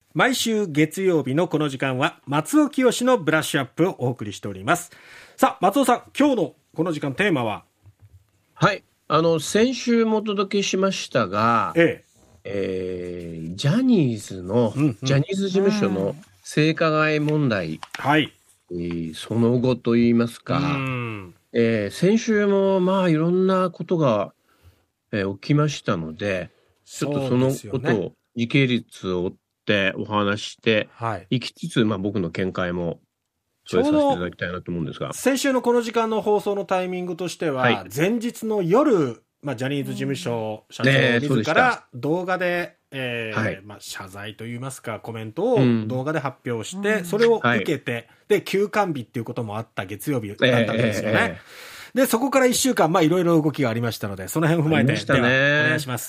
毎週月曜日のこの時間は松尾清のブラッシュアップをお送りしております。さあ松尾さん、今日のこの時間テーマは、 はい、先週もお届けしましたが、ジャニーズの、ジャニーズ事務所の性加害問題、その後といいますか、先週もまあいろんなことが、起きましたので、ちょっとそのことを時系列を追ってお話していきつつ、僕の見解も添えさせていただきたいなと思うんですが、 先週のこの時間の放送のタイミングとしては、前日の夜、ジャニーズ事務所社長自ら動画で、謝罪といいますかコメントを動画で発表して、それを受けて、で休館日っていうこともあった月曜日だったわけですよね。でそこから1週間、いろいろ動きがありましたので、その辺を踏まえて、ではお願いします。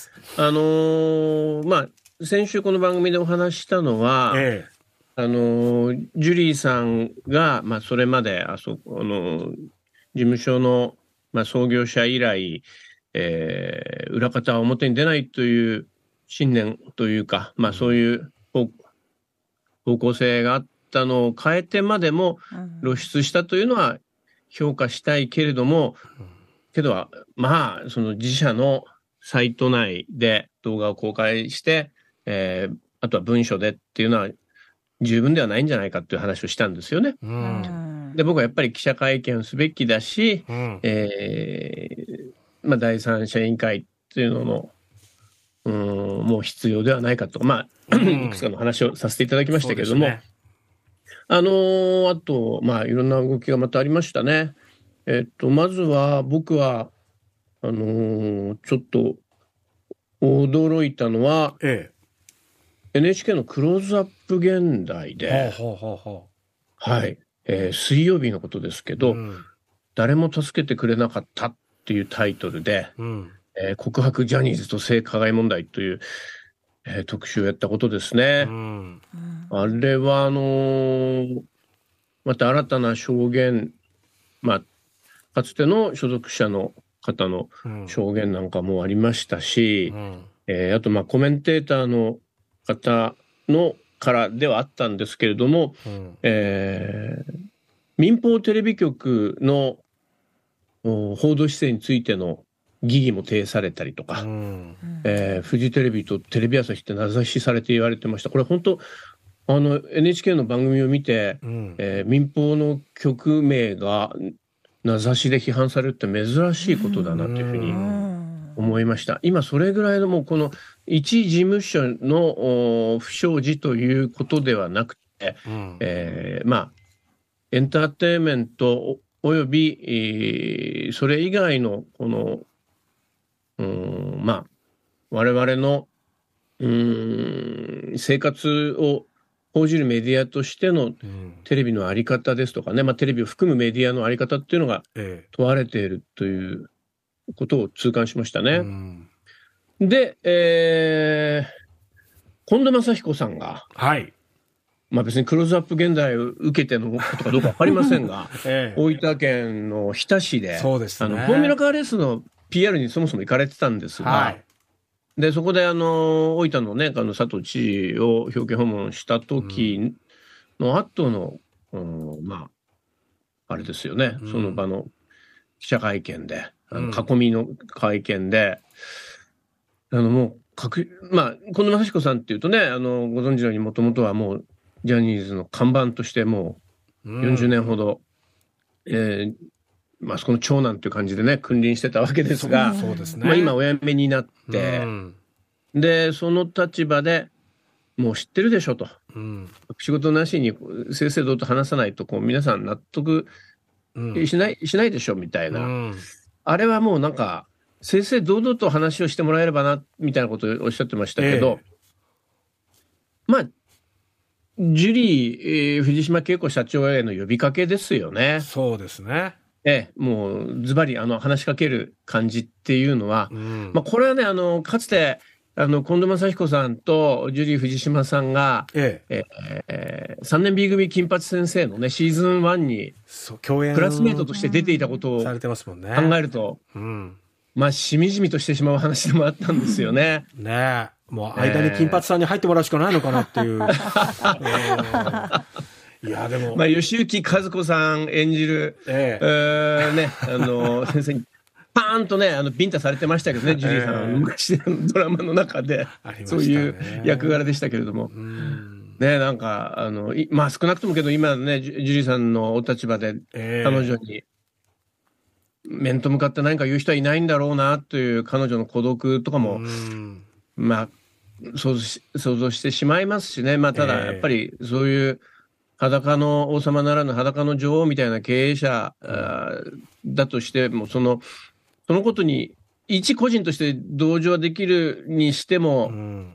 先週この番組でお話したのは、ジュリーさんが、それまで事務所の、創業者以来、裏方は表に出ないという信念というか、そういう方向性があったのを変えてまでも露出したというのは評価したいけれども、その自社のサイト内で動画を公開して、あとは文書でっていうのは十分ではないんじゃないかという話をしたんですよね。で僕はやっぱり記者会見をすべきだし、第三者委員会っていうののもう必要ではないかと、いくつかの話をさせていただきましたけれども、あといろんな動きがまたありましたね。まずは僕はちょっと驚いたのは、NHK のクローズアップ現代で、水曜日のことですけど、誰も助けてくれなかったっていうタイトルで、告白ジャニーズと性加害問題という、特集をやったことですね。あれはまた新たな証言、かつての所属者の方の証言なんかもありましたし、あとコメンテーターの方のからではあったんですけれども、民放テレビ局の報道姿勢についての疑義も呈されたりとか、フジテレビとテレビ朝日って名指しされて言われてました。これ本当NHK の番組を見て、民放の局名が名指しで批判されるって珍しいことだなというふうに思いました。今それぐらいのもうこの一事務所の不祥事ということではなくて、エンターテインメントおよび、それ以外のこの我々の生活を報じるメディアとしてのテレビの在り方ですとかね、テレビを含むメディアの在り方っていうのが問われているということを痛感しましたね。で、近藤真彦さんが、別にクローズアップ現代を受けてのことかどうか分かりませんが、大分県の日田市で、フォーミュラカーレースの PR にそもそも行かれてたんですが、でそこで大分のね佐藤知事を表敬訪問した時の後の、あれですよね、その場の記者会見で囲みの会見でもう近藤真彦さんっていうとねご存知のようにもともとはもうジャニーズの看板としてもう40年ほど、そこの長男という感じでね君臨してたわけですが、今お辞めになって、でその立場でもう知ってるでしょと、仕事なしに正々堂々と話さないと皆さん納得しないでしょみたいな、あれはもうなんか正々堂々と話をしてもらえればなみたいなことをおっしゃってましたけど、ジュリー、藤島恵子社長への呼びかけですよね。 そうですね。 もうズバリ話しかける感じっていうのは、これはねかつて近藤真彦さんとジュリー藤島さんが、3年 B 組金八先生のねシーズン1にクラスメートとして出ていたことを考えると、しみじみとしてしまう話でもあったんですよね。 もう間に金髪さんに入ってもらうしかないのかなっていう。いやでも、 吉行和子さん演じる、先生にパーンとねビンタされてましたけどね、ジュリーさん昔のドラマの中で、そういう役柄でしたけれども、なんか少なくともけど今ねジュリーさんのお立場で彼女に面と向かって何か言う人はいないんだろうなという彼女の孤独とかも想像してしまいますしね。ただやっぱりそういう裸の王様ならぬ裸の女王みたいな経営者だとしても、そのことに一個人として同情はできるにしても、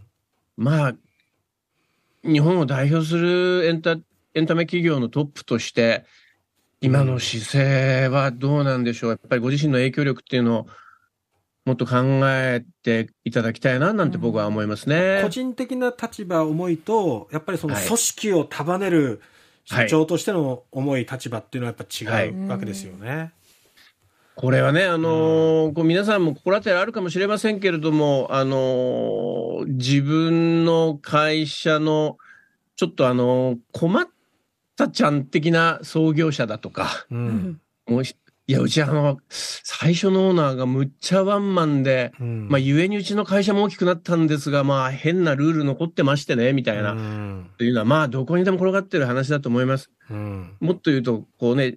日本を代表するエンタメ企業のトップとして今の姿勢はどうなんでしょう。やっぱりご自身の影響力っていうのをもっと考えていただきたいななんて僕は思いますね。 個人的な立場思いとやっぱりその組織を束ねる社長としての重い立場っていうのはやっぱ違うわけですよね。 これはね皆さんも心当たりあるかもしれませんけれども、自分の会社のちょっと困ったちゃん的な創業者だとか、もういやうち最初のオーナーがむっちゃワンマンで、ゆえにうちの会社も大きくなったんですが、変なルール残ってましてねみたいな、というのはどこにでも転がってる話だと思います。もっと言うと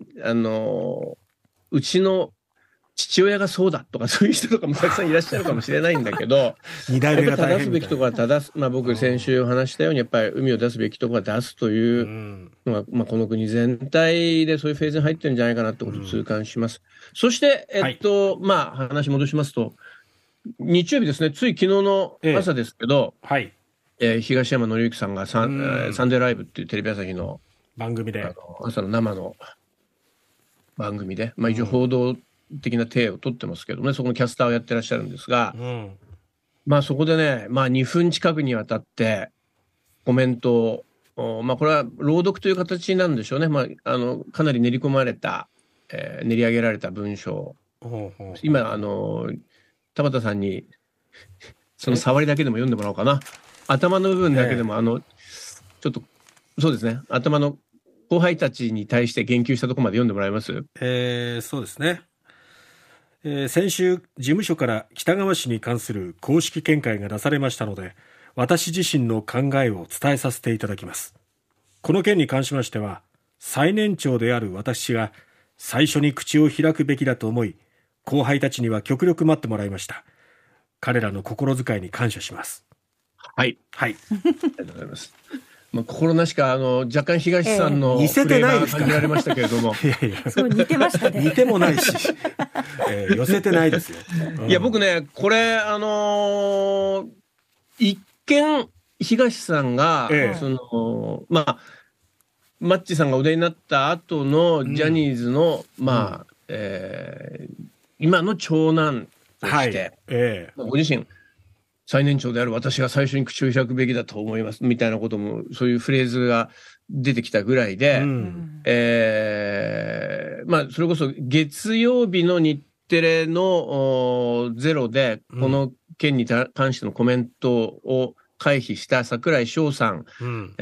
うちの父親がそうだとかそういう人とかもたくさんいらっしゃるかもしれないんだけど二代目が大変正すべきところは正す、僕先週お話したようにやっぱり海を出すべきところは出すというのが、この国全体でそういうフェーズに入ってるんじゃないかなってことを痛感します。そして話戻しますと日曜日ですね、つい昨日の朝ですけど、東山紀之さんがサンデーライブっていうテレビ朝日の番組で朝の生の番組で、一応報道的な体を取ってますけどね、そこのキャスターをやってらっしゃるんですが、そこでね、2分近くにわたってコメントを、これは朗読という形なんでしょうね。かなり練り込まれた、練り上げられた文章、今田畑さんにその触りだけでも読んでもらおうかな。頭の部分だけでもちょっとそうですね、頭の後輩たちに対して言及したところまで読んでもらえます？ そうですね。先週事務所から北川氏に関する公式見解が出されましたので、私自身の考えを伝えさせていただきます。この件に関しましては、最年長である私が最初に口を開くべきだと思い、後輩たちには極力待ってもらいました。彼らの心遣いに感謝します。 はい、ありがとうございます。心なしか若干東さんの似せてないですか？ 感じられましたけれどもそう似てましたね。 似てもないし、寄せてないですよ。 いや僕ねこれ一見東さんが、マッチさんがお出になった後のジャニーズの、今の長男として、ご自身最年長である私が最初に口を開くべきだと思いますみたいなこともそういうフレーズが出てきたぐらいで、それこそ月曜日の日テレのゼロでこの件に関してのコメントを回避した櫻井翔さん、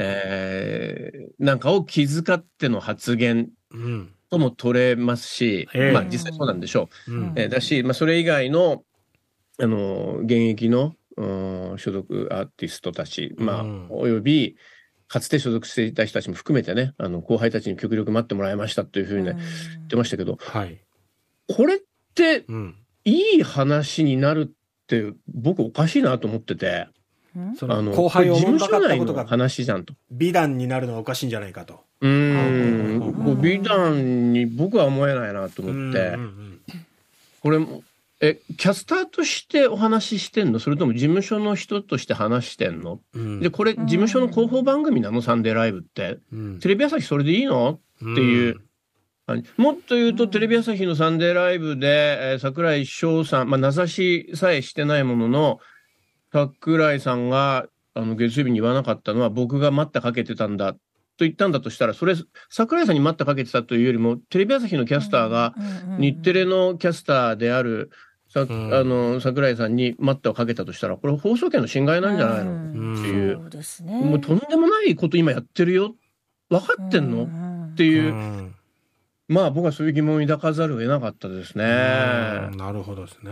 なんかを気遣っての発言とも取れますし、実際そうなんでしょう。だし、それ以外の現役の所属アーティストたち、およびかつて所属していた人たちも含めてね、後輩たちに極力待ってもらいましたというふうに、言ってましたけど、これっていい話になるって僕おかしいなと思ってて、 その後輩を事務所内の話じゃんと。 美談になるのはおかしいんじゃないかと。 美談に僕は思えないなと思って、これもキャスターとしてお話ししてんの？それとも事務所の人として話してんの？でこれ事務所の広報番組なの？サンデーライブって、テレビ朝日それでいいの？っていう、もっと言うとテレビ朝日のサンデーライブで、櫻井翔さん、名指しさえしてないものの櫻井さんが月曜日に言わなかったのは僕が待ったかけてたんだと言ったんだとしたら、それ櫻井さんに待ったかけてたというよりもテレビ朝日のキャスターが日テレのキャスターである櫻井さんに待ったをかけたとしたら、これ放送権の侵害なんじゃないのっていう、 そうですね、 もうとんでもないこと今やってるよ、分かってんのっていう、まあ僕はそういう疑問を抱かざるを得なかったですね。 なるほどですね。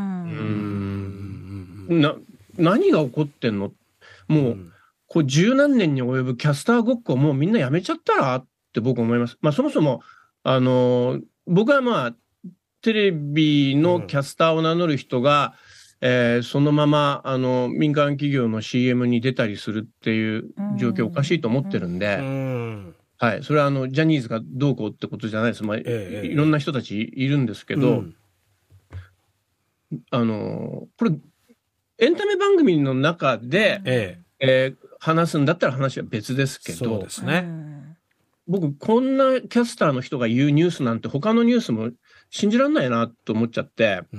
何が起こってんの、もう、こう十何年に及ぶキャスターごっこをもうみんなやめちゃったらって僕は思います。まあそもそも、僕はまあ、テレビのキャスターを名乗る人が、そのまま民間企業の CM に出たりするっていう状況おかしいと思ってるんで、はい、それはジャニーズがどうこうってことじゃないです。まあいろんな人たちいるんですけど、これエンタメ番組の中で、話すんだったら話は別ですけど、 そうですね。 僕こんなキャスターの人が言うニュースなんて他のニュースも信じられないなと思っちゃって、ま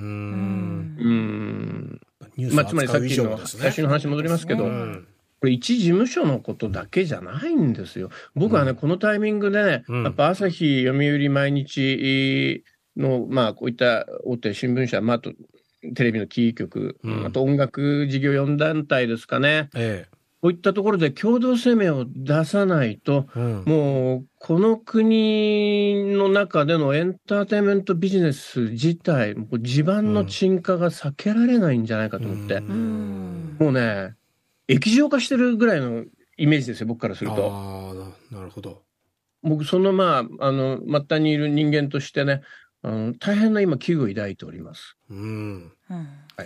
あ、つまりさっきの最初の話に戻りますけど、これ一事務所のことだけじゃないんですよ。僕はね、このタイミングでね、やっぱ朝日、読売毎日の、まあ、こういった大手新聞社、まあ、あとテレビのキー局、あと音楽事業4団体ですかね。こういったところで共同声明を出さないと、もうこの国の中でのエンターテインメントビジネス自体、もう地盤の沈下が避けられないんじゃないかと思って、もうね、液状化してるぐらいのイメージですよ、僕からすると。 なるほど。僕、 そのまあ、末端にいる人間としてね、大変な今、危惧を抱いております。はい、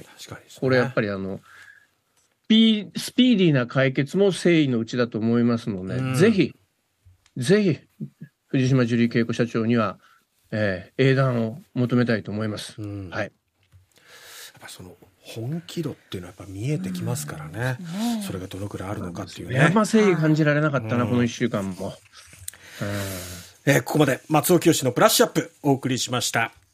確かに、ね、 これやっぱりスピーディーな解決も誠意のうちだと思いますので、ぜひ藤島ジュリー景子社長には、英断を求めたいと思います。はい。やっぱその本気度っていうのはやっぱ見えてきますからね。それがどのくらいあるのかっていうね。 やっぱ誠意感じられなかったな、この1週間も。 ここまで松尾清のブラッシュアップお送りしました。